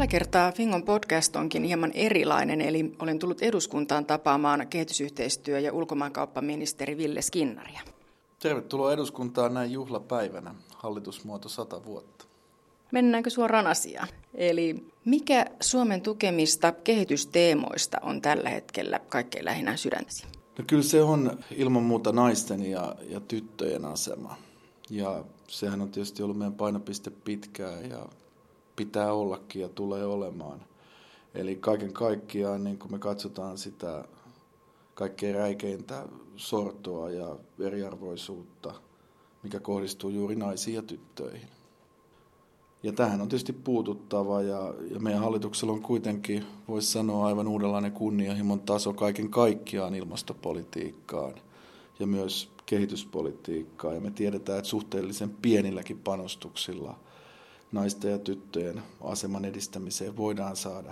kertaa Fingon podcast onkin hieman erilainen, eli olen tullut eduskuntaan tapaamaan kehitysyhteistyö- ja ulkomaankauppaministeri Ville Skinnaria. Tervetuloa eduskuntaan näin juhlapäivänä, hallitusmuoto 100 vuotta. Mennäänkö suoraan asiaan? Eli mikä Suomen tukemista kehitysteemoista on tällä hetkellä kaikkein lähinnä sydäntäsi? No kyllä se on ilman muuta naisten ja tyttöjen asema. Ja sehän on tietysti ollut meidän painopiste pitkään ja pitää ollakin ja tulee olemaan. Eli kaiken kaikkiaan, niin kun me katsotaan sitä kaikkein räikeintä sortoa ja eriarvoisuutta, mikä kohdistuu juuri naisiin ja tyttöihin. Ja tähän on tietysti puututtava ja meidän hallituksella on kuitenkin, voisi sanoa, aivan uudenlainen kunnianhimon taso kaiken kaikkiaan ilmastopolitiikkaan ja myös kehityspolitiikkaan. Ja me tiedetään, että suhteellisen pienilläkin panostuksilla naisten ja tyttöjen aseman edistämiseen voidaan saada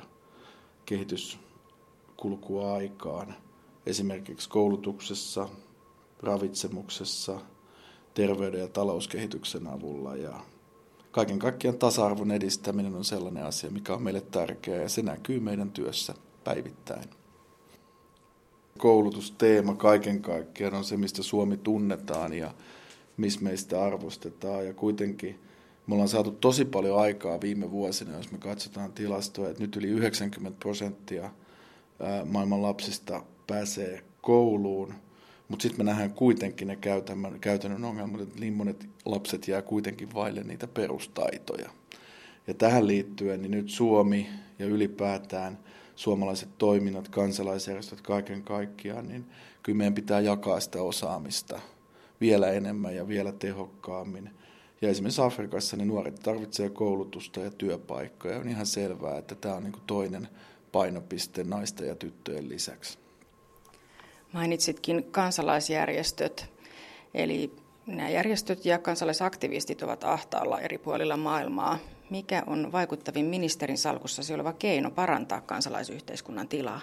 kehityskulkua aikaan. Esimerkiksi koulutuksessa, ravitsemuksessa, terveyden ja talouskehityksen avulla. Ja kaiken kaikkiaan tasa-arvon edistäminen on sellainen asia, mikä on meille tärkeää ja se näkyy meidän työssä päivittäin. Koulutusteema kaiken kaikkiaan on se, mistä Suomi tunnetaan ja missä meistä arvostetaan. Ja kuitenkin me ollaan saatu tosi paljon aikaa viime vuosina, jos me katsotaan tilastoja, että nyt yli 90% maailman lapsista pääsee kouluun. Mutta sitten me nähdään kuitenkin ne käytännön ongelmat, että niin monet lapset jää kuitenkin vaille niitä perustaitoja. Ja tähän liittyen niin nyt Suomi ja ylipäätään suomalaiset toiminnat, kansalaisjärjestöt kaiken kaikkiaan, niin kyllä meidän pitää jakaa sitä osaamista vielä enemmän ja vielä tehokkaammin. Ja esimerkiksi Afrikassa niin nuoret tarvitsevat koulutusta ja työpaikkoja. Ja on ihan selvää, että tämä on niin kuin toinen painopiste naisten ja tyttöjen lisäksi. Mainitsitkin kansalaisjärjestöt, eli nämä järjestöt ja kansalaisaktivistit ovat ahtaalla eri puolilla maailmaa. Mikä on vaikuttavin ministerin salkussasi oleva keino parantaa kansalaisyhteiskunnan tilaa?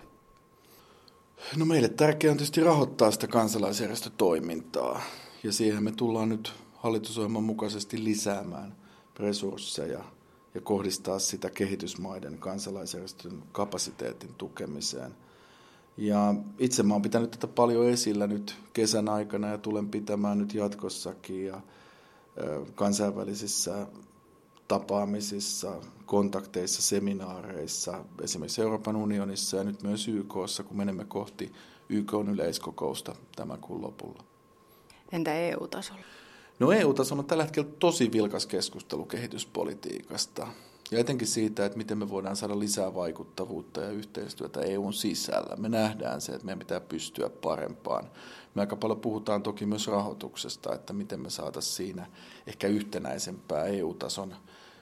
No meille tärkeää on tietysti rahoittaa sitä kansalaisjärjestötoimintaa ja siihen me tullaan nyt hallitusohjelman mukaisesti lisäämään resursseja ja kohdistaa sitä kehitysmaiden kansalaisjärjestön kapasiteetin tukemiseen. Ja itse mä oon pitänyt tätä paljon esillä nyt kesän aikana ja tulen pitämään nyt jatkossakin ja kansainvälisissä tapaamisissa, kontakteissa, seminaareissa, esimerkiksi Euroopan unionissa ja nyt myös YK:ssa, kun menemme kohti YK:n yleiskokousta tämän kuun lopulla. Entä EU-tasolla? No EU-tasolla on tällä hetkellä tosi vilkas keskustelu kehityspolitiikasta ja etenkin siitä, että miten me voidaan saada lisää vaikuttavuutta ja yhteistyötä EUn sisällä. Me nähdään se, että meidän pitää pystyä parempaan. Me aika paljon puhutaan toki myös rahoituksesta, että miten me saataisiin siinä ehkä yhtenäisempää EU-tason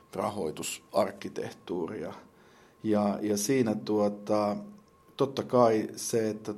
rahoitusarkkitehtuuria. Ja siinä totta kai se, että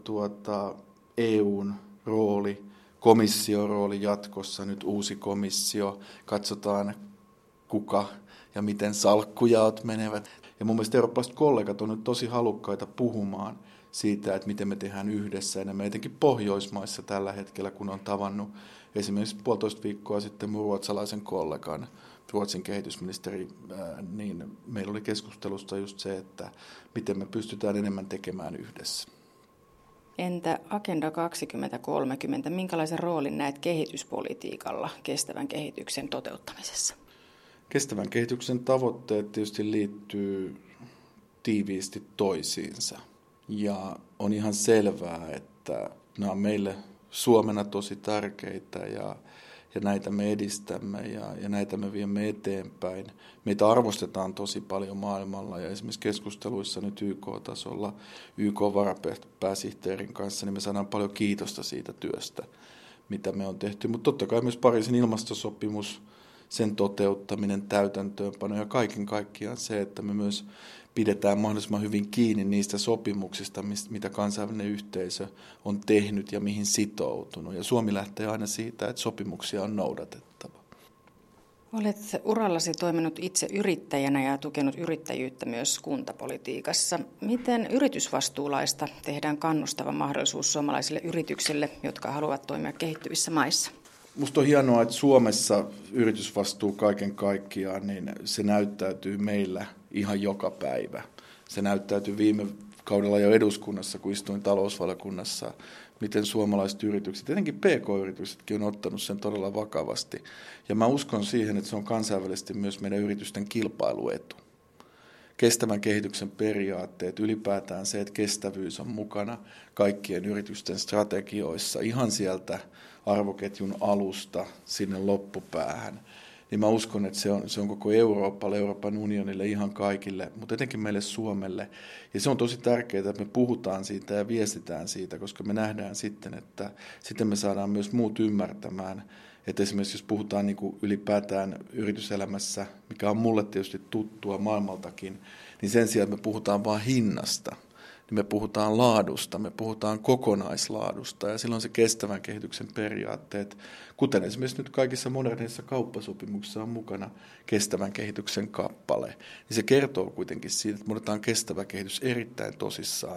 EUn rooli, komission rooli jatkossa, nyt uusi komissio, katsotaan kuka ja miten salkkujaot menevät. Ja mun mielestä eurooppalaiset kollegat on nyt tosi halukkaita puhumaan siitä, että miten me tehdään yhdessä enemmän, etenkin Pohjoismaissa tällä hetkellä, kun on tavannut esimerkiksi 1,5 viikkoa sitten mun ruotsalaisen kollegan, Ruotsin kehitysministeri, niin meillä oli keskustelusta just se, että miten me pystytään enemmän tekemään yhdessä. Entä Agenda 2030, minkälaisen roolin näet kehityspolitiikalla kestävän kehityksen toteuttamisessa? Kestävän kehityksen tavoitteet tietysti liittyy tiiviisti toisiinsa. Ja on ihan selvää, että nämä on meille Suomena tosi tärkeitä ja näitä me edistämme ja näitä me viemme eteenpäin. Meitä arvostetaan tosi paljon maailmalla ja esimerkiksi keskusteluissa nyt YK-tasolla YK-varapääsihteerin kanssa, niin me saadaan paljon kiitosta siitä työstä, mitä me on tehty. Mutta totta kai myös Pariisin ilmastosopimus, sen toteuttaminen, täytäntöönpano ja kaiken kaikkiaan se, että me myös pidetään mahdollisimman hyvin kiinni niistä sopimuksista, mitä kansainvälinen yhteisö on tehnyt ja mihin sitoutunut. Ja Suomi lähtee aina siitä, että sopimuksia on noudatettava. Olet urallasi toiminut itse yrittäjänä ja tukenut yrittäjyyttä myös kuntapolitiikassa. Miten yritysvastuulaista tehdään kannustava mahdollisuus suomalaisille yrityksille, jotka haluavat toimia kehittyvissä maissa? Musta on hienoa, että Suomessa yritysvastuu kaiken kaikkiaan, niin se näyttäytyy meillä ihan joka päivä. Se näyttäytyi viime kaudella jo eduskunnassa, kun istuin talousvaliokunnassa, miten suomalaiset yritykset, etenkin PK-yrityksetkin on ottanut sen todella vakavasti. Ja mä uskon siihen, että se on kansainvälisesti myös meidän yritysten kilpailuetu. Kestävän kehityksen periaatteet, ylipäätään se, että kestävyys on mukana kaikkien yritysten strategioissa, ihan sieltä arvoketjun alusta sinne loppupäähän. Niin mä uskon, että se on koko Euroopalle, Euroopan unionille, ihan kaikille, mutta etenkin meille Suomelle. Ja se on tosi tärkeää, että me puhutaan siitä ja viestitään siitä, koska me nähdään sitten, että sitten me saadaan myös muut ymmärtämään. Että esimerkiksi jos puhutaan niin kuin ylipäätään yrityselämässä, mikä on mulle tietysti tuttua maailmaltakin, niin sen sijaan, että me puhutaan vain hinnasta, niin me puhutaan laadusta, me puhutaan kokonaislaadusta ja silloin se kestävän kehityksen periaatteet, kuten esimerkiksi nyt kaikissa moderneissa kauppasopimuksissa on mukana kestävän kehityksen kappale, niin se kertoo kuitenkin siitä, että me otetaan kestävä kehitys erittäin tosissaan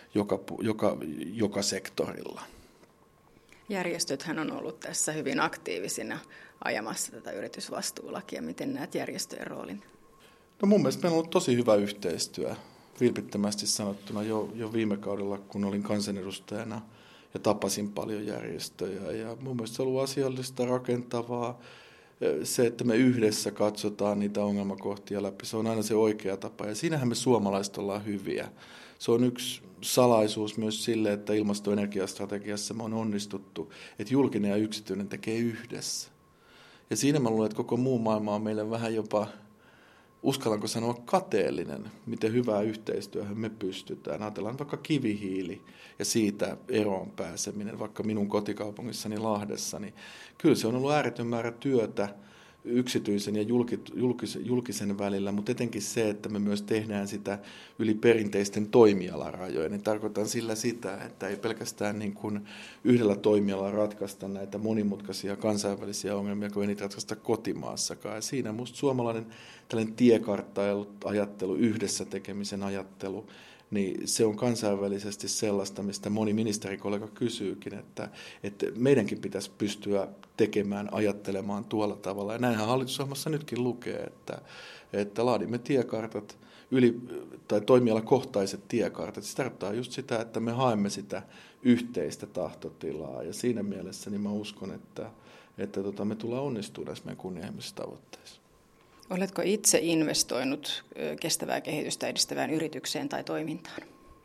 joka sektorilla. Järjestöthän on ollut tässä hyvin aktiivisina ajamassa tätä yritysvastuulakia. Miten näet järjestöjen roolin? No mun mielestä meillä on ollut tosi hyvä yhteistyö, vilpittömästi sanottuna jo viime kaudella, kun olin kansanedustajana ja tapasin paljon järjestöjä. Ja mun mielestä se on ollut asiallista, rakentavaa. Se, että me yhdessä katsotaan niitä ongelmakohtia läpi, se on aina se oikea tapa. Ja siinähän me suomalaiset ollaan hyviä. Se on yksi salaisuus myös sille, että ilmasto- ja energiastrategiassa me on onnistuttu, että julkinen ja yksityinen tekee yhdessä. Ja siinä mä luulen, että koko muu maailma on meille vähän jopa, uskallanko sanoa, kateellinen, miten hyvää yhteistyöhön me pystytään. Ajatellaan vaikka kivihiili ja siitä eroon pääseminen, vaikka minun kotikaupungissani Lahdessa, niin kyllä se on ollut ääretön määrä työtä yksityisen ja julkisen välillä, mutta etenkin se, että me myös tehdään sitä yli perinteisten toimialarajojen, niin tarkoitan sillä sitä, että ei pelkästään niin kuin yhdellä toimialalla ratkaista näitä monimutkaisia kansainvälisiä ongelmia, kun ei niitä ratkaista kotimaassakaan. Ja siinä minusta suomalainen tällainen tiekartta-ajattelu, yhdessä tekemisen ajattelu, niin se on kansainvälisesti sellaista, mistä moni ministerikollega kysyykin, että meidänkin pitäisi pystyä tekemään, ajattelemaan tuolla tavalla. Ja näinhän hallitusohjelmassa nytkin lukee, että laadimme tiekartat, tai toimialakohtaiset tiekartat. Se tarkoittaa just sitä, että me haemme sitä yhteistä tahtotilaa. Ja siinä mielessä niin mä uskon, että me tullaan onnistumaan näissä meidän kunnianhimoisissa tavoitteissa. Oletko itse investoinut kestävää kehitystä edistävään yritykseen tai toimintaan?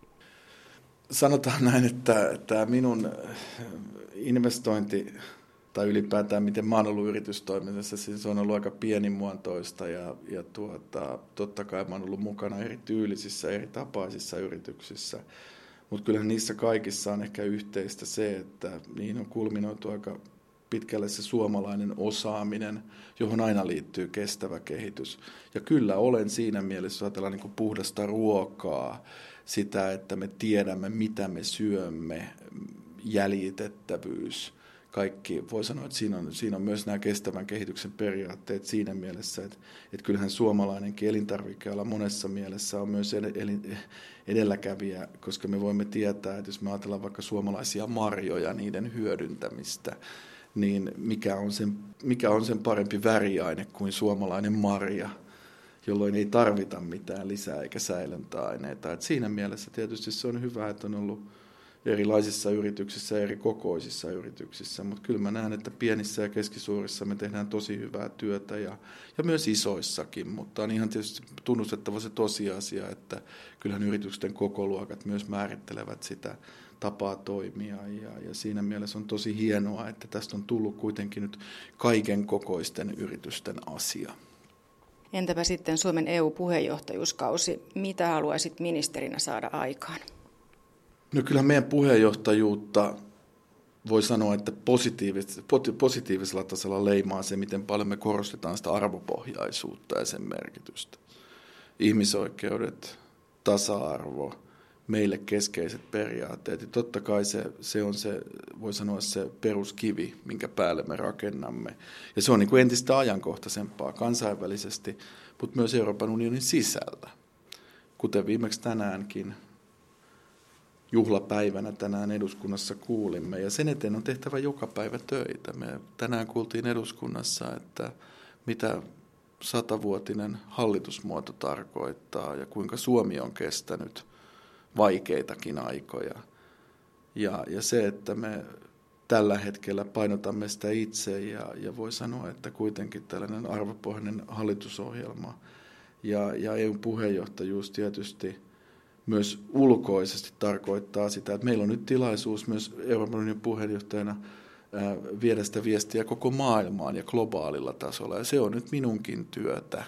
Sanotaan näin, että tämä minun investointi tai ylipäätään miten mä oon ollut yritystoiminnassa, siis se on ollut aika pienimuotoista ja totta kai mä oon ollut mukana eri tyylisissä, eri tapaisissa yrityksissä. Mutta kyllähän niissä kaikissa on ehkä yhteistä se, että niihin on kulminoitu aika pitkälle se suomalainen osaaminen, johon aina liittyy kestävä kehitys. Ja kyllä olen siinä mielessä, jos ajatellaan niin kuin puhdasta ruokaa, sitä, että me tiedämme, mitä me syömme, jäljitettävyys. Kaikki, voi sanoa, että siinä on myös nämä kestävän kehityksen periaatteet siinä mielessä, että kyllähän suomalainenkin elintarvikeala monessa mielessä on myös edelläkävijä, koska me voimme tietää, että jos me ajatellaan vaikka suomalaisia marjoja, niiden hyödyntämistä, niin mikä on sen parempi väriaine kuin suomalainen marja, jolloin ei tarvita mitään lisää eikä säilöntäaineita. Et siinä mielessä tietysti se on hyvä, että on ollut erilaisissa yrityksissä ja eri kokoisissa yrityksissä, mutta kyllä mä näen, että pienissä ja keskisuurissa me tehdään tosi hyvää työtä ja myös isoissakin, mutta on ihan tietysti tunnustettava se tosiasia, että kyllähän yritysten kokoluokat myös määrittelevät sitä tapaa toimia ja siinä mielessä on tosi hienoa, että tästä on tullut kuitenkin nyt kaiken kokoisten yritysten asia. Entäpä sitten Suomen EU-puheenjohtajuuskausi? Mitä haluaisit ministerinä saada aikaan? No kyllä meidän puheenjohtajuutta voi sanoa, että positiivisella tasolla leimaa se, miten paljon me korostetaan sitä arvopohjaisuutta ja sen merkitystä. Ihmisoikeudet, tasa-arvo, meille keskeiset periaatteet. Ja totta kai se on se, voi sanoa se peruskivi, minkä päälle me rakennamme. Ja se on niin kuin entistä ajankohtaisempaa kansainvälisesti, mutta myös Euroopan unionin sisällä. Kuten viimeksi tänäänkin juhlapäivänä tänään eduskunnassa kuulimme. Ja sen eteen on tehtävä joka päivä töitä. Me tänään kuultiin eduskunnassa, että mitä 100-vuotinen hallitusmuoto tarkoittaa ja kuinka Suomi on kestänyt vaikeitakin aikoja. Ja se, että me tällä hetkellä painotamme sitä itse ja voi sanoa, että kuitenkin tällainen arvopohjainen hallitusohjelma ja EU-puheenjohtajuus tietysti myös ulkoisesti tarkoittaa sitä, että meillä on nyt tilaisuus myös Euroopan unionin puheenjohtajana viedä sitä viestiä koko maailmaan ja globaalilla tasolla. Ja se on nyt minunkin työtä,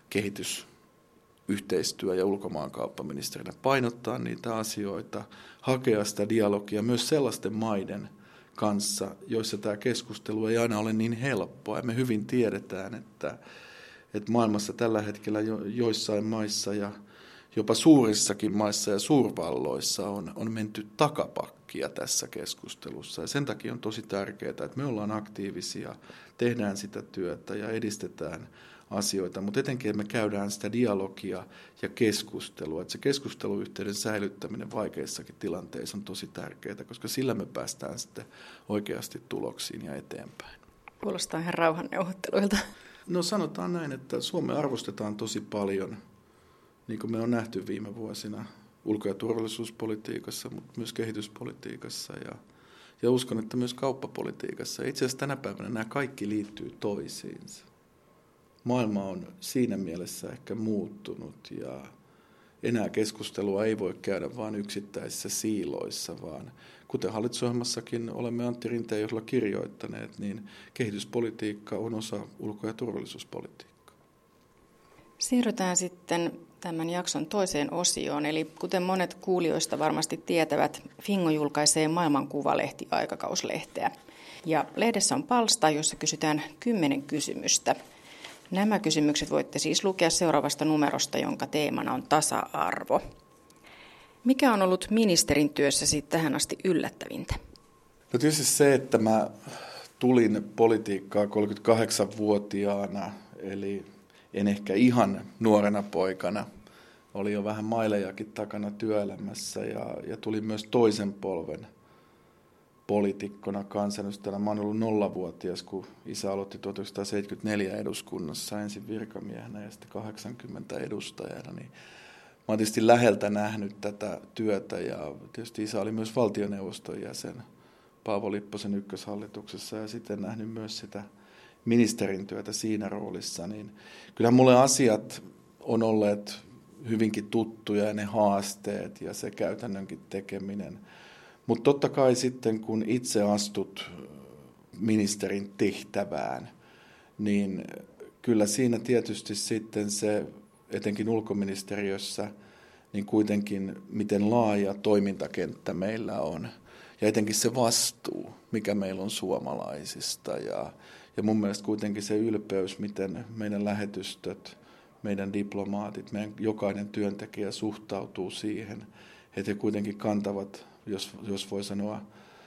kehitysyhteistyö- ja ulkomaankauppaministerinä, painottaa niitä asioita, hakea sitä dialogia myös sellaisten maiden kanssa, joissa tämä keskustelu ei aina ole niin helppoa. Ja me hyvin tiedetään, että maailmassa tällä hetkellä joissain maissa ja jopa suurissakin maissa ja suurvalloissa on menty takapakkia tässä keskustelussa. Ja sen takia on tosi tärkeää, että me ollaan aktiivisia, tehdään sitä työtä ja edistetään asioita, mutta etenkin me käydään sitä dialogia ja keskustelua. Että se keskusteluyhteyden säilyttäminen vaikeissakin tilanteissa on tosi tärkeää, koska sillä me päästään sitten oikeasti tuloksiin ja eteenpäin. Kuulostaa ihan rauhanneuvotteluilta. No sanotaan näin, että Suomea arvostetaan tosi paljon, niin kuin me on nähty viime vuosina ulko- ja turvallisuuspolitiikassa, mutta myös kehityspolitiikassa ja uskon, että myös kauppapolitiikassa. Itse asiassa tänä päivänä nämä kaikki liittyy toisiinsa. Maailma on siinä mielessä ehkä muuttunut ja enää keskustelua ei voi käydä vain yksittäisissä siiloissa, vaan kuten hallitusohjelmassakin olemme Antti Rinteen johdolla kirjoittaneet, niin kehityspolitiikka on osa ulko- ja turvallisuuspolitiikkaa. Siirrytään sitten tämän jakson toiseen osioon, eli kuten monet kuulijoista varmasti tietävät, Fingo julkaisee maailmankuvalehti-aikakauslehteä. Ja lehdessä on palsta, jossa kysytään 10 kysymystä. Nämä kysymykset voitte siis lukea seuraavasta numerosta, jonka teemana on tasa-arvo. Mikä on ollut ministerin työssäsi tähän asti yllättävintä? No tietysti se, että mä tulin politiikkaa 38-vuotiaana, eli en ehkä ihan nuorena poikana. Oli jo vähän mailejakin takana työelämässä ja tulin myös toisen polven poliitikkona kansanedustajana. Mä oon ollut 0-vuotias, kun isä aloitti 1974 eduskunnassa ensin virkamiehenä ja sitten 80 edustajana. Niin mä oon tietysti läheltä nähnyt tätä työtä ja tietysti isä oli myös valtioneuvoston jäsen Paavo Lipposen ykköshallituksessa ja sitten nähnyt myös sitä ministerin työtä siinä roolissa. Niin kyllä mulle asiat on olleet hyvinkin tuttuja ja ne haasteet ja se käytännönkin tekeminen. Mutta totta kai sitten, kun itse astut ministerin tehtävään, niin kyllä siinä tietysti sitten se, etenkin ulkoministeriössä, niin kuitenkin miten laaja toimintakenttä meillä on. Ja etenkin se vastuu, mikä meillä on suomalaisista. Ja mun mielestä kuitenkin se ylpeys, miten meidän lähetystöt, meidän diplomaatit, meidän jokainen työntekijä suhtautuu siihen, että he kuitenkin kantavat, jos voi sanoa,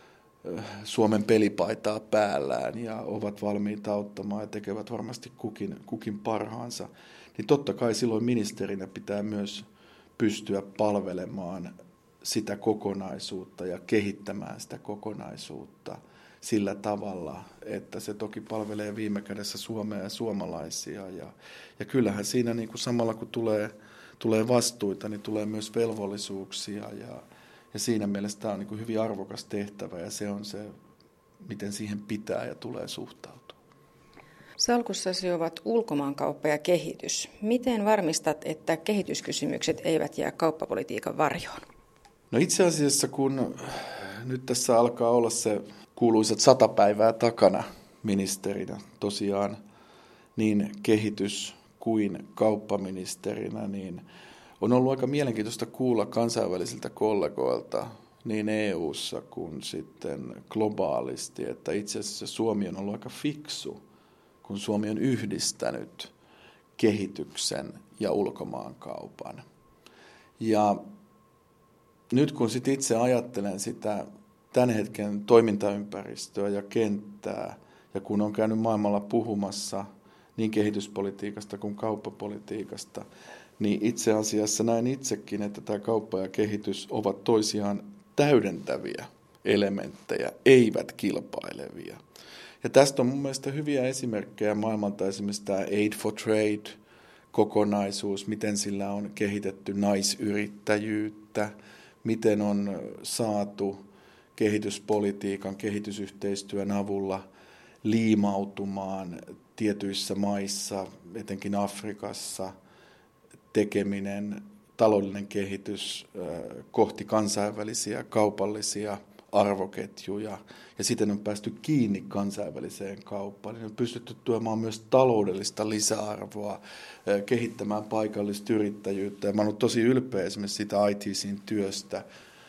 Suomen pelipaitaa päällään ja ovat valmiita auttamaan ja tekevät varmasti kukin parhaansa. Niin totta kai silloin ministerinä pitää myös pystyä palvelemaan sitä kokonaisuutta ja kehittämään sitä kokonaisuutta sillä tavalla, että se toki palvelee viime kädessä Suomea ja suomalaisia. Ja kyllähän siinä niin kuin samalla kun tulee vastuita, niin tulee myös velvollisuuksia ja siinä mielessä tämä on niin kuin hyvin arvokas tehtävä ja se on se, miten siihen pitää ja tulee suhtautua. Salkussasi ovat ulkomaankauppa ja kehitys. Miten varmistat, että kehityskysymykset eivät jää kauppapolitiikan varjoon? No itse asiassa, kun nyt tässä alkaa olla se kuuluisat 100 päivää takana ministerinä tosiaan niin kehitys- kuin kauppaministerinä, niin on ollut aika mielenkiintoista kuulla kansainvälisiltä kollegoilta niin EU:ssa kuin sitten globaalisti, että itse asiassa Suomi on ollut aika fiksu, kun Suomi on yhdistänyt kehityksen ja ulkomaankaupan. Ja nyt kun sit itse ajattelen sitä tämän hetken toimintaympäristöä ja kenttää, ja kun on käynyt maailmalla puhumassa niin kehityspolitiikasta kuin kauppapolitiikasta, niin itse asiassa näen itsekin, että tämä kauppa ja kehitys ovat toisiaan täydentäviä elementtejä, eivät kilpailevia. Ja tästä on mun mielestä hyviä esimerkkejä maailmalta, esimerkiksi tämä Aid for Trade-kokonaisuus, miten sillä on kehitetty naisyrittäjyyttä, miten on saatu kehityspolitiikan, kehitysyhteistyön avulla liimautumaan tietyissä maissa, etenkin Afrikassa, tekeminen, taloudellinen kehitys kohti kansainvälisiä kaupallisia arvoketjuja, ja siten on päästy kiinni kansainväliseen kauppaan. On pystytty tuomaan myös taloudellista lisäarvoa, kehittämään paikallista yrittäjyyttä. Ja mä olen tosi ylpeä esimerkiksi siitä ITC:n työstä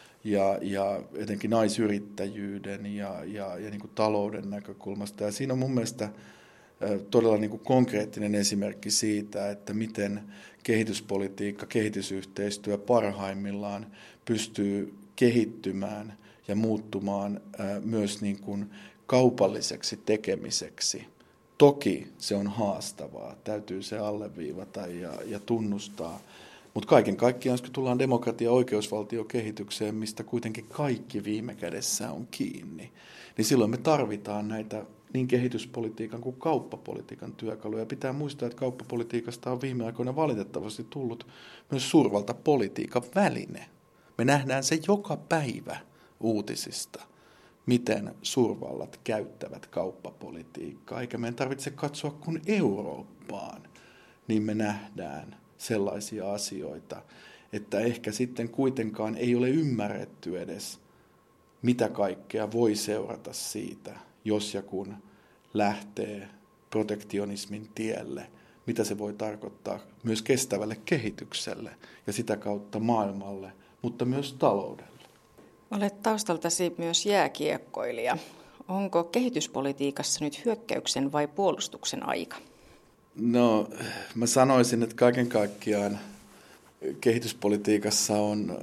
ja etenkin naisyrittäjyyden ja niin kuin talouden näkökulmasta. Ja siinä on mun mielestä todella niin kuin konkreettinen esimerkki siitä, että miten kehityspolitiikka, kehitysyhteistyö parhaimmillaan pystyy kehittymään ja muuttumaan myös niin kuin kaupalliseksi tekemiseksi. Toki se on haastavaa, täytyy se alleviivata ja tunnustaa. Mutta kaiken kaikkiaan, jos tullaan demokratia- ja oikeusvaltiokehitykseen, mistä kuitenkin kaikki viime kädessä on kiinni, niin silloin me tarvitaan näitä niin kehityspolitiikan kuin kauppapolitiikan työkaluja. Pitää muistaa, että kauppapolitiikasta on viime aikoina valitettavasti tullut myös suurvaltapolitiikan väline. Me nähdään se joka päivä uutisista, miten suurvallat käyttävät kauppapolitiikkaa, eikä meidän tarvitse katsoa kuin Eurooppaan, niin me nähdään sellaisia asioita, että ehkä sitten kuitenkaan ei ole ymmärretty edes, mitä kaikkea voi seurata siitä, jos ja kun lähtee protektionismin tielle, mitä se voi tarkoittaa myös kestävälle kehitykselle ja sitä kautta maailmalle, mutta myös taloudelle. Olet taustaltasi myös jääkiekkoilija. Onko kehityspolitiikassa nyt hyökkäyksen vai puolustuksen aika? No, mä sanoisin, että kaiken kaikkiaan kehityspolitiikassa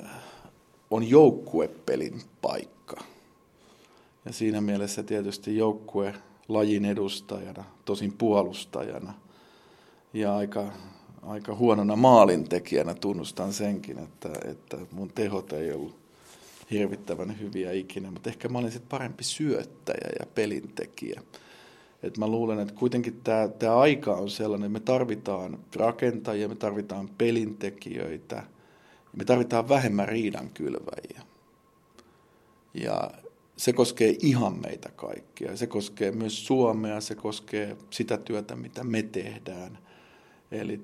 on joukkuepelin paikka. Ja siinä mielessä tietysti joukkue lajin edustajana, tosin puolustajana ja aika huonona maalintekijänä tunnustan senkin, että mun tehot ei ollut hirvittävän hyviä ikinä, mutta ehkä mä olin sitten parempi syöttäjä ja pelintekijä. Et mä luulen, että kuitenkin tämä aika on sellainen, että me tarvitaan rakentajia, me tarvitaan pelintekijöitä, me tarvitaan vähemmän riidankylväjiä. Ja se koskee ihan meitä kaikkia. Se koskee myös Suomea, se koskee sitä työtä, mitä me tehdään. Eli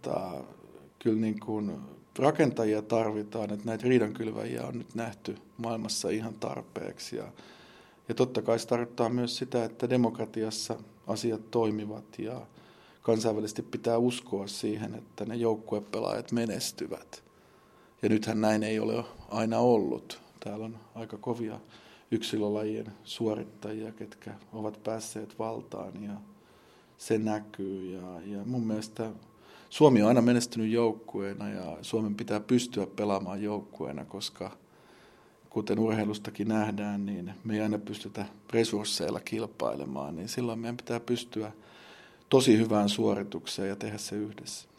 kyllä niin kuin rakentajia tarvitaan, että näitä riidankylväjiä on nyt nähty maailmassa ihan tarpeeksi. Ja totta kai se tarkoittaa myös sitä, että demokratiassa asiat toimivat ja kansainvälisesti pitää uskoa siihen, että ne joukkuepelaajat menestyvät. Ja nythän näin ei ole aina ollut. Täällä on aika kovia yksilölajien suorittajia, ketkä ovat päässeet valtaan ja se näkyy. Ja mun mielestä Suomi on aina menestynyt joukkueena ja Suomen pitää pystyä pelaamaan joukkueena, koska kuten urheilustakin nähdään, niin me ei aina pystytä resursseilla kilpailemaan, niin silloin meidän pitää pystyä tosi hyvään suoritukseen ja tehdä se yhdessä.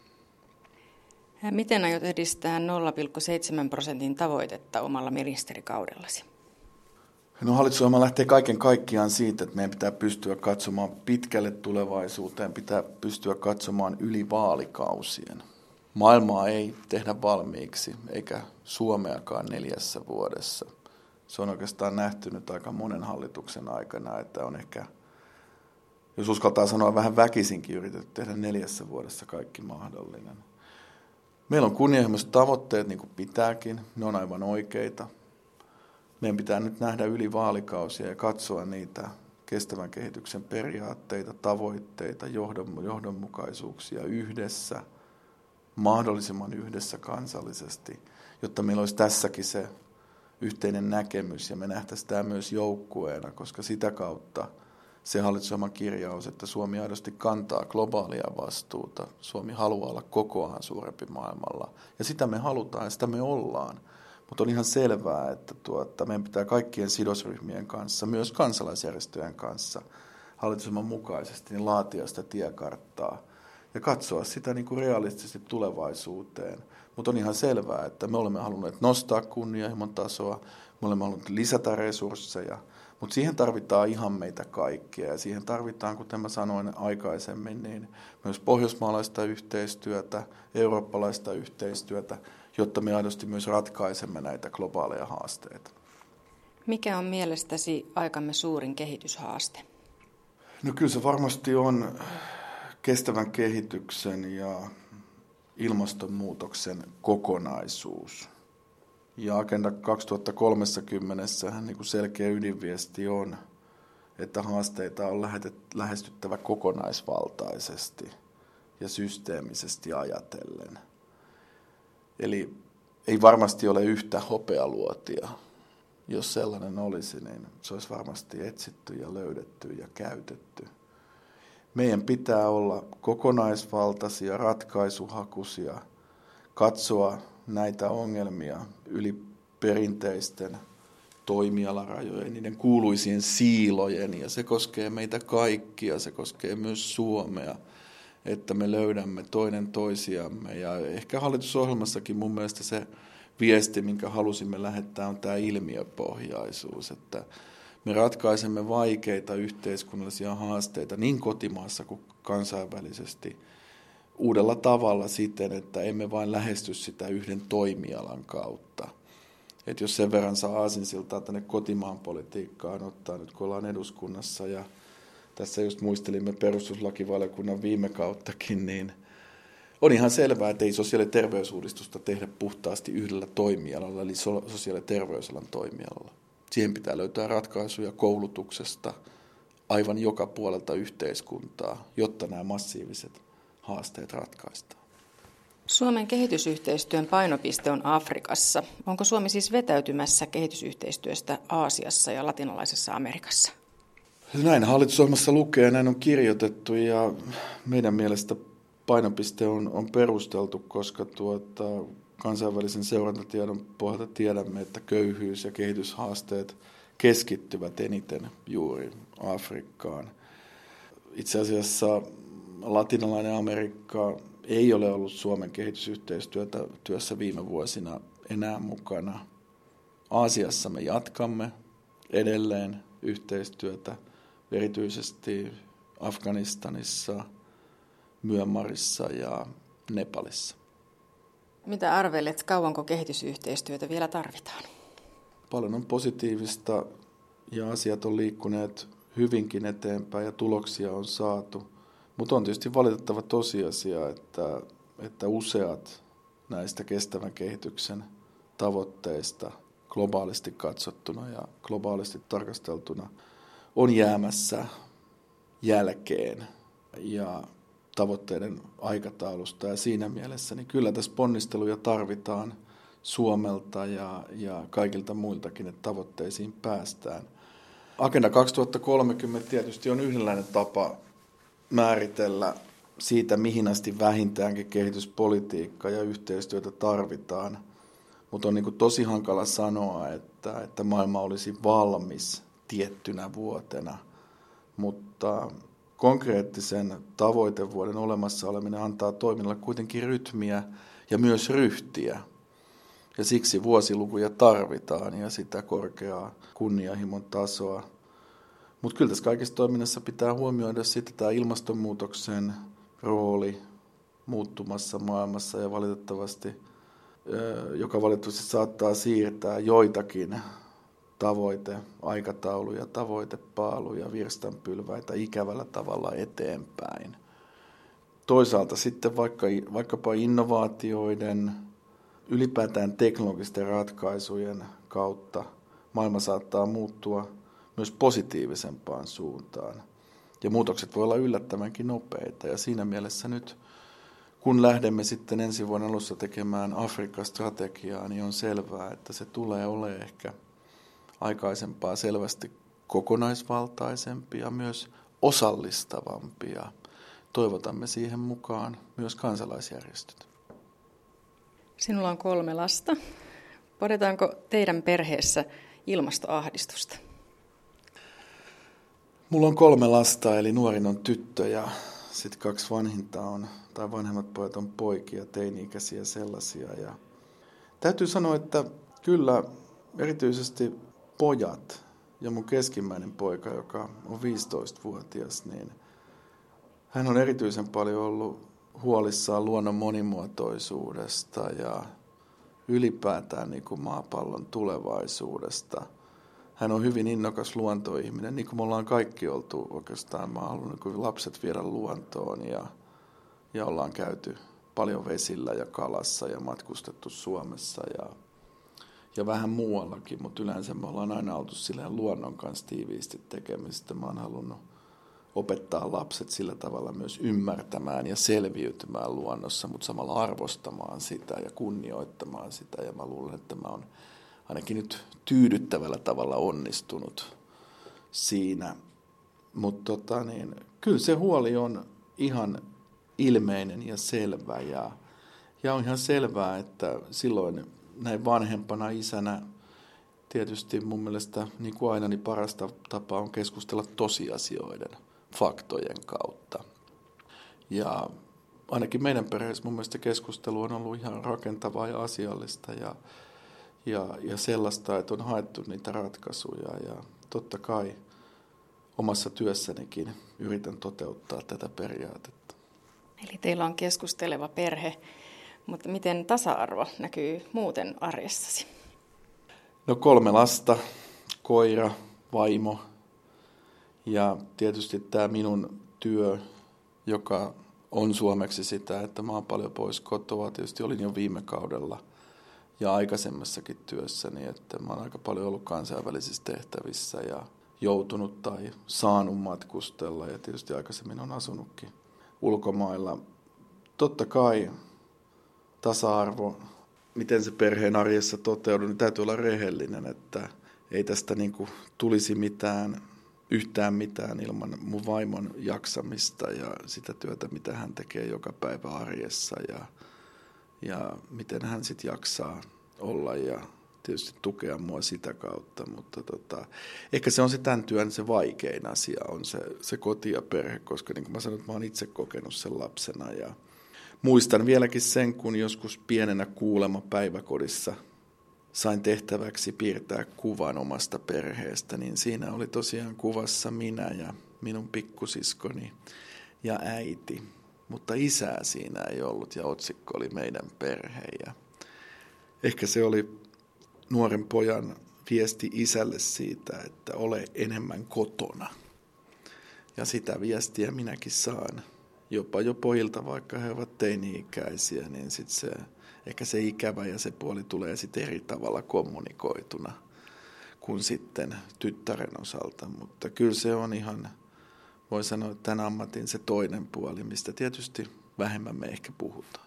Miten aiot edistää 0,7% tavoitetta omalla ministerikaudellasi? No, hallitusohjelma lähtee kaiken kaikkiaan siitä, että meidän pitää pystyä katsomaan pitkälle tulevaisuuteen, pitää pystyä katsomaan yli vaalikausien. Maailmaa ei tehdä valmiiksi, eikä Suomeakaan 4 vuodessa. Se on oikeastaan nähty nyt aika monen hallituksen aikana, että on ehkä, jos uskaltaa sanoa, vähän väkisinkin yritetty tehdä 4 vuodessa kaikki mahdollinen. Meillä on kunnianhimoiset tavoitteet, niin kuin pitääkin, ne on aivan oikeita. Meidän pitää nyt nähdä yli vaalikausia ja katsoa niitä kestävän kehityksen periaatteita, tavoitteita, johdonmukaisuuksia yhdessä, mahdollisimman yhdessä kansallisesti, jotta meillä olisi tässäkin se yhteinen näkemys ja me nähtäisiin tämä myös joukkueena, koska sitä kautta se hallitusohjelman kirjaus, että Suomi aidosti kantaa globaalia vastuuta, Suomi haluaa olla kokoaan suurempi maailmalla ja sitä me halutaan ja sitä me ollaan. Mutta on ihan selvää, että meidän pitää kaikkien sidosryhmien kanssa, myös kansalaisjärjestöjen kanssa hallitusohjelman mukaisesti niin laatia sitä tiekarttaa ja katsoa sitä niin kuin realistisesti tulevaisuuteen. Mutta on ihan selvää, että me olemme halunneet nostaa kunnianhimon tasoa, me olemme halunneet lisätä resursseja, Mutta siihen tarvitaan ihan meitä kaikkia ja siihen tarvitaan, kuten mä sanoin aikaisemmin, niin myös pohjoismaalaista yhteistyötä, eurooppalaista yhteistyötä, jotta me aidosti myös ratkaisemme näitä globaaleja haasteita. Mikä on mielestäsi aikamme suurin kehityshaaste? No kyllä se varmasti on kestävän kehityksen ja ilmastonmuutoksen kokonaisuus. Ja Agenda 2030 niin kuin selkeä ydinviesti on, että haasteita on lähestyttävä kokonaisvaltaisesti ja systeemisesti ajatellen. Eli ei varmasti ole yhtä hopealuotia. Jos sellainen olisi, niin se olisi varmasti etsitty ja löydetty ja käytetty. Meidän pitää olla kokonaisvaltaisia, ratkaisuhakuisia, katsoa näitä ongelmia yli perinteisten toimialarajojen, niiden kuuluisien siilojen, ja se koskee meitä kaikkia, se koskee myös Suomea, että me löydämme toinen toisiamme. Ja ehkä hallitusohjelmassakin mun mielestä se viesti, minkä halusimme lähettää, on tämä ilmiöpohjaisuus, että me ratkaisemme vaikeita yhteiskunnallisia haasteita niin kotimaassa kuin kansainvälisesti uudella tavalla siten, että emme vain lähesty sitä yhden toimialan kautta. Et jos sen verran saa aasinsiltaa tänne kotimaan politiikkaan ottaa nyt, kun ollaan eduskunnassa, ja tässä just muistelimme perustuslakivaliokunnan viime kauttakin, niin on ihan selvää, että ei sosiaali- ja terveysuudistusta tehdä puhtaasti yhdellä toimialalla, eli sosiaali- ja terveysalan toimialalla. Siihen pitää löytää ratkaisuja koulutuksesta aivan joka puolelta yhteiskuntaa, jotta nämä massiiviset haasteet ratkaistaan. Suomen kehitysyhteistyön painopiste on Afrikassa. Onko Suomi siis vetäytymässä kehitysyhteistyöstä Aasiassa ja latinalaisessa Amerikassa? Näin hallitusohjelmassa lukee ja näin on kirjoitettu, ja meidän mielestä painopiste on perusteltu, koska kansainvälisen seurantatiedon pohjalta tiedämme, että köyhyys ja kehityshaasteet keskittyvät eniten juuri Afrikkaan. Itse asiassa latinalainen Amerikka ei ole ollut Suomen kehitysyhteistyössä viime vuosina enää mukana. Aasiassa me jatkamme edelleen yhteistyötä, erityisesti Afganistanissa, Myanmarissa ja Nepalissa. Mitä arvelet, kauanko kehitysyhteistyötä vielä tarvitaan? Paljon on positiivista ja asiat on liikkuneet hyvinkin eteenpäin ja tuloksia on saatu. Mutta on tietysti valitettava tosiasia, että useat näistä kestävän kehityksen tavoitteista globaalisti katsottuna ja globaalisti tarkasteltuna on jäämässä jälkeen ja tavoitteiden aikataulusta. Ja siinä mielessä niin kyllä tässä ponnisteluja tarvitaan Suomelta ja kaikilta muiltakin, että tavoitteisiin päästään. Agenda 2030 tietysti on yhdenlainen tapa määritellä siitä, mihin asti vähintäänkin kehityspolitiikkaa ja yhteistyötä tarvitaan. Mutta on niin kuin tosi hankala sanoa, että maailma olisi valmis tiettynä vuotena. Mutta konkreettisen tavoitevuoden olemassa oleminen antaa toiminnalle kuitenkin rytmiä ja myös ryhtiä. Ja siksi vuosilukuja tarvitaan ja sitä korkeaa kunnianhimon tasoa. Mutta kyllä tässä kaikessa toiminnassa pitää huomioida sitten tämä ilmastonmuutoksen rooli muuttumassa maailmassa ja joka valitettavasti saattaa siirtää joitakin aikatauluja, tavoitepaaluja, virstanpylväitä ikävällä tavalla eteenpäin. Toisaalta sitten vaikkapa innovaatioiden, ylipäätään teknologisten ratkaisujen kautta maailma saattaa muuttua myös positiivisempaan suuntaan. Ja muutokset voi olla yllättävänkin nopeita. Ja siinä mielessä nyt, kun lähdemme sitten ensi vuoden alussa tekemään Afrikka-strategiaa, niin on selvää, että se tulee olemaan ehkä aikaisempaa selvästi kokonaisvaltaisempi ja myös osallistavampi. Ja toivotamme siihen mukaan myös kansalaisjärjestöt. Sinulla on 3 lasta. Podetaanko teidän perheessä ilmastoahdistusta? Mulla on 3 lasta, eli nuorin on tyttö ja sitten 2 vanhemmat pojat on poikia, teini-ikäisiä sellaisia. Ja täytyy sanoa, että kyllä erityisesti pojat ja mun keskimmäinen poika, joka on 15-vuotias, niin hän on erityisen paljon ollut huolissaan luonnon monimuotoisuudesta ja ylipäätään niin kuin maapallon tulevaisuudesta. Hän on hyvin innokas luontoihminen, niin kuin me ollaan kaikki oltu oikeastaan. Mä haluan niin lapset viedä luontoon ja ollaan käyty paljon vesillä ja kalassa ja matkustettu Suomessa ja vähän muuallakin, mutta yleensä me ollaan aina oltu silleen luonnon kanssa tiiviisti tekemistä. Mä oon halunnut opettaa lapset sillä tavalla myös ymmärtämään ja selviytymään luonnossa, mutta samalla arvostamaan sitä ja kunnioittamaan sitä. Ja mä luulen, että mä oon ainakin nyt tyydyttävällä tavalla onnistunut siinä. Mutta kyllä se huoli on ihan ilmeinen ja selvä. Ja on ihan selvää, että silloin näin vanhempana isänä tietysti mun mielestä niin kuin aina niin parasta tapaa on keskustella tosiasioiden, faktojen kautta. Ja ainakin meidän perheessä mun mielestä keskustelu on ollut ihan rakentavaa ja asiallista ja sellaista, että on haettu niitä ratkaisuja. Ja totta kai omassa työssänikin yritän toteuttaa tätä periaatetta. Eli teillä on keskusteleva perhe, mutta miten tasa-arvo näkyy muuten arjessasi? No 3 lasta, koira, vaimo ja tietysti tämä minun työ, joka on suomeksi sitä, että mä oon paljon pois kotoa. Tietysti olin jo viime kaudella ja aikaisemmassakin työssäni, että mä oon aika paljon ollut kansainvälisissä tehtävissä ja joutunut tai saanut matkustella ja tietysti aikaisemmin on asunutkin ulkomailla. Totta kai tasa-arvo, miten se perheen arjessa toteutuu, niin täytyy olla rehellinen, että ei tästä niin kuin tulisi yhtään mitään ilman mun vaimon jaksamista ja sitä työtä, mitä hän tekee joka päivä arjessa ja miten hän sitten jaksaa olla ja tietysti tukea mua sitä kautta, mutta ehkä se on se tämän työn se vaikein asia, on se koti ja perhe, koska niin kuin mä sanoin, että mä oon itse kokenut sen lapsena ja muistan vieläkin sen, kun joskus pienenä kuulemma päiväkodissa sain tehtäväksi piirtää kuvan omasta perheestä, niin siinä oli tosiaan kuvassa minä ja minun pikkusiskoni ja äiti, mutta isää siinä ei ollut ja otsikko oli meidän perhe. Ja ehkä se oli nuoren pojan viesti isälle siitä, että ole enemmän kotona. Ja sitä viestiä minäkin saan. Jopa jo pojilta, vaikka he ovat teini-ikäisiä, niin ehkä se ikävä ja se puoli tulee sitten eri tavalla kommunikoituna kuin sitten tyttären osalta. Mutta kyllä se on ihan, voi sanoa, että tämän ammatin se toinen puoli, mistä tietysti vähemmän me ehkä puhutaan.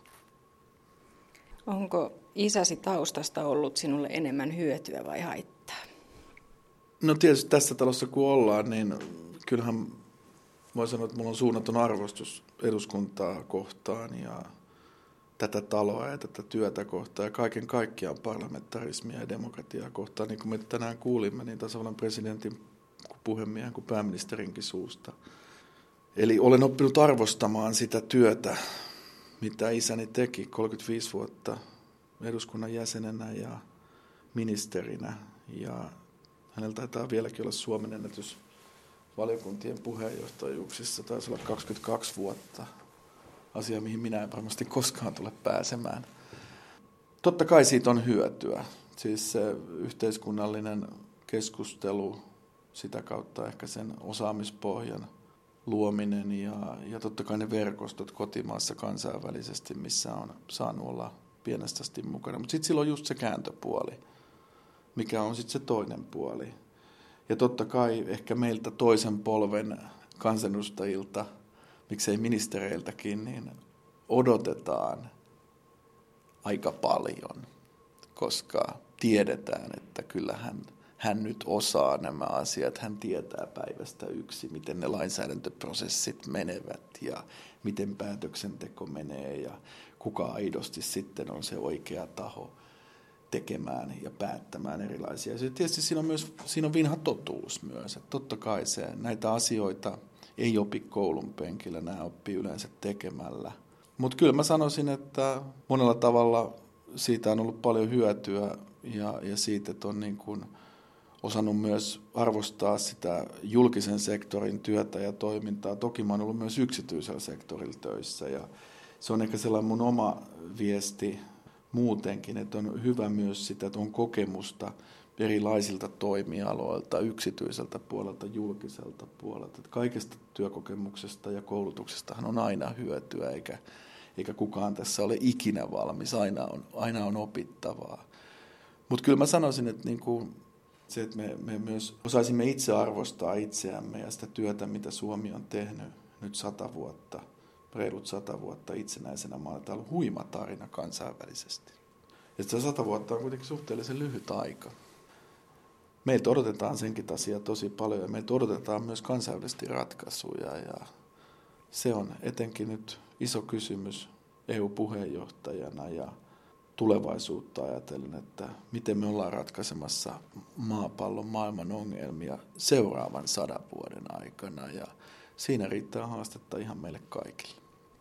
Onko isäsi taustasta ollut sinulle enemmän hyötyä vai haittaa? No tietysti tässä talossa kun ollaan, niin kyllähän voi sanoa, että minulla on suunnaton arvostus eduskuntaa kohtaan ja tätä taloa ja tätä työtä kohtaan ja kaiken kaikkiaan parlamentarismia ja demokratiaa kohtaan. Niin kuin me tänään kuulimme, niin tasavallan presidentin, puhemiehen kuin pääministerinkin suusta. Eli olen oppinut arvostamaan sitä työtä, mitä isäni teki 35 vuotta eduskunnan jäsenenä ja ministerinä. Ja hänellä taitaa vieläkin olla Suomen ennätys valiokuntien puheenjohtajuuksissa, taisi olla 22 vuotta, asia mihin minä en varmasti koskaan tule pääsemään. Totta kai siitä on hyötyä, siis se yhteiskunnallinen keskustelu, sitä kautta ehkä sen osaamispohjan luominen ja totta kai ne verkostot kotimaassa kansainvälisesti, missä on saanut olla pienestä asti mukana. Mutta sitten silloin on just se kääntöpuoli, mikä on sitten se toinen puoli. Ja totta kai ehkä meiltä toisen polven kansanedustajilta, miksei ministereiltäkin, niin odotetaan aika paljon, koska tiedetään, että kyllähän hän nyt osaa nämä asiat, hän tietää päivästä yksi, miten ne lainsäädäntöprosessit menevät ja miten päätöksenteko menee ja kuka aidosti sitten on se oikea taho tekemään ja päättämään erilaisia. Ja tietysti siinä on vinha totuus myös, että totta kai näitä asioita ei opi koulun penkillä, nämä oppii yleensä tekemällä. Mutta kyllä mä sanoisin, että monella tavalla siitä on ollut paljon hyötyä ja siitä, että on niin kuin osannut myös arvostaa sitä julkisen sektorin työtä ja toimintaa. Toki mä oon ollut myös yksityisellä sektorilla töissä ja se on ehkä sellainen mun oma viesti muutenkin, että on hyvä myös sitä, että on kokemusta erilaisilta toimialoilta, yksityiseltä puolelta, julkiselta puolelta. Että kaikesta työkokemuksesta ja koulutuksestahan on aina hyötyä, eikä kukaan tässä ole ikinä valmis, aina on opittavaa. Mutta kyllä mä sanoisin, että niinku se, että me myös osaisimme itse arvostaa itseämme ja sitä työtä, mitä Suomi on tehnyt nyt 100 vuotta, reilut 100 vuotta itsenäisenä maana. Tämä on ollut huima tarina kansainvälisesti. Ja se 100 vuotta on kuitenkin suhteellisen lyhyt aika. Meiltä odotetaan senkin asiaa tosi paljon ja meiltä odotetaan myös kansainvälisesti ratkaisuja. Ja se on etenkin nyt iso kysymys EU-puheenjohtajana ja tulevaisuutta ajatellen, että miten me ollaan ratkaisemassa maapallon maailman ongelmia seuraavan 100 vuoden aikana. Ja siinä riittää haastetta ihan meille kaikille.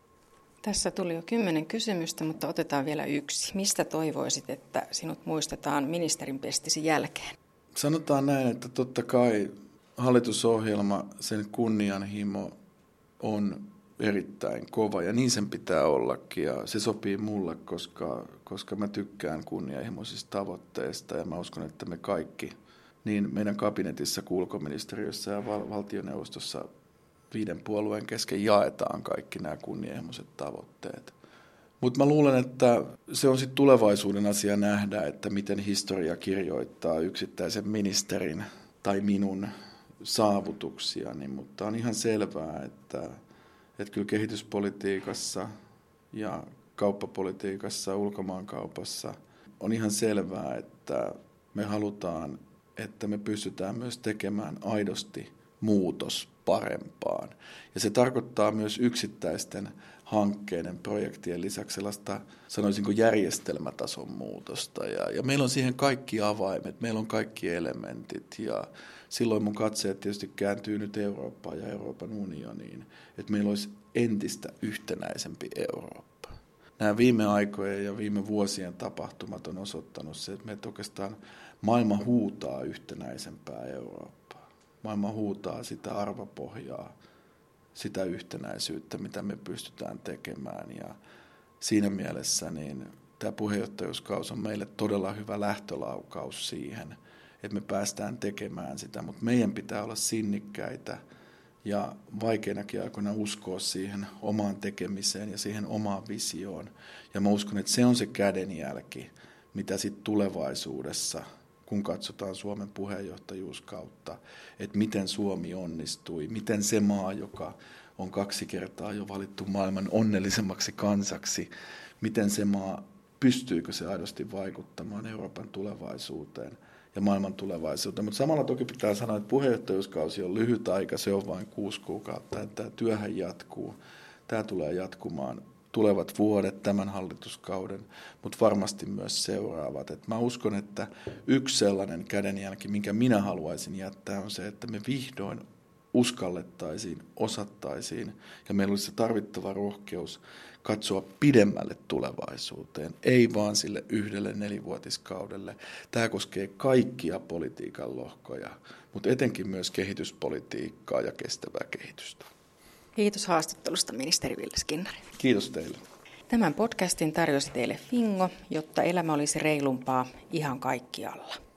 Tässä tuli jo 10 kysymystä, mutta otetaan vielä yksi. Mistä toivoisit, että sinut muistetaan ministerin pestisi jälkeen? Sanotaan näin, että totta kai hallitusohjelma, sen kunnianhimo on erittäin kova ja niin sen pitää ollakin ja se sopii mulle, koska mä tykkään kunnianhimoisista tavoitteista ja mä uskon, että me kaikki niin meidän kabinetissa, ulkoministeriössä ja valtioneuvostossa 5 puolueen kesken jaetaan kaikki nämä kunnianhimoiset tavoitteet. Mutta mä luulen, että se on sitten tulevaisuuden asia nähdä, että miten historia kirjoittaa yksittäisen ministerin tai minun saavutuksiani, mutta on ihan selvää, että kyllä kehityspolitiikassa ja kauppapolitiikassa, ulkomaankaupassa on ihan selvää, että me halutaan, että me pystytään myös tekemään aidosti muutos parempaan. Ja se tarkoittaa myös yksittäisten hankkeiden, projektien lisäksi sellaista, sanoisinko, järjestelmätason muutosta. Ja meillä on siihen kaikki avaimet, meillä on kaikki elementit ja silloin mun katseet tietysti kääntyy nyt Eurooppaan ja Euroopan unioniin, että meillä olisi entistä yhtenäisempi Eurooppa. Nämä viime aikojen ja viime vuosien tapahtumat on osoittanut se, että meitä oikeastaan maailma huutaa yhtenäisempää Eurooppaa. Maailma huutaa sitä arvopohjaa, sitä yhtenäisyyttä, mitä me pystytään tekemään. Ja siinä mielessä niin tämä puheenjohtajuuskausi on meille todella hyvä lähtölaukaus siihen, että me päästään tekemään sitä, mutta meidän pitää olla sinnikkäitä ja vaikeinakin aikoina uskoa siihen omaan tekemiseen ja siihen omaan visioon. Ja mä uskon, että se on se kädenjälki, mitä sitten tulevaisuudessa, kun katsotaan Suomen puheenjohtajuuskautta, että miten Suomi onnistui, miten se maa, joka on 2 kertaa jo valittu maailman onnellisemmaksi kansaksi, miten se maa, pystyykö se aidosti vaikuttamaan Euroopan tulevaisuuteen ja maailman tulevaisuuteen. Mutta samalla toki pitää sanoa, että puheenjohtajuuskausi on lyhyt aika, se on vain 6 kuukautta, että tämä työhän jatkuu. Tämä tulee jatkumaan tulevat vuodet, tämän hallituskauden, mutta varmasti myös seuraavat. Et mä uskon, että yksi sellainen kädenjälki, minkä minä haluaisin jättää, on se, että me vihdoin uskallettaisiin, osattaisiin ja meillä olisi se tarvittava rohkeus katsoa pidemmälle tulevaisuuteen, ei vaan sille yhdelle 4-vuotiskaudelle. Tämä koskee kaikkia politiikan lohkoja, mutta etenkin myös kehityspolitiikkaa ja kestävää kehitystä. Kiitos haastattelusta, ministeri Ville Skinnari. Kiitos teille. Tämän podcastin tarjosi teille Fingo, jotta elämä olisi reilumpaa ihan kaikkialla.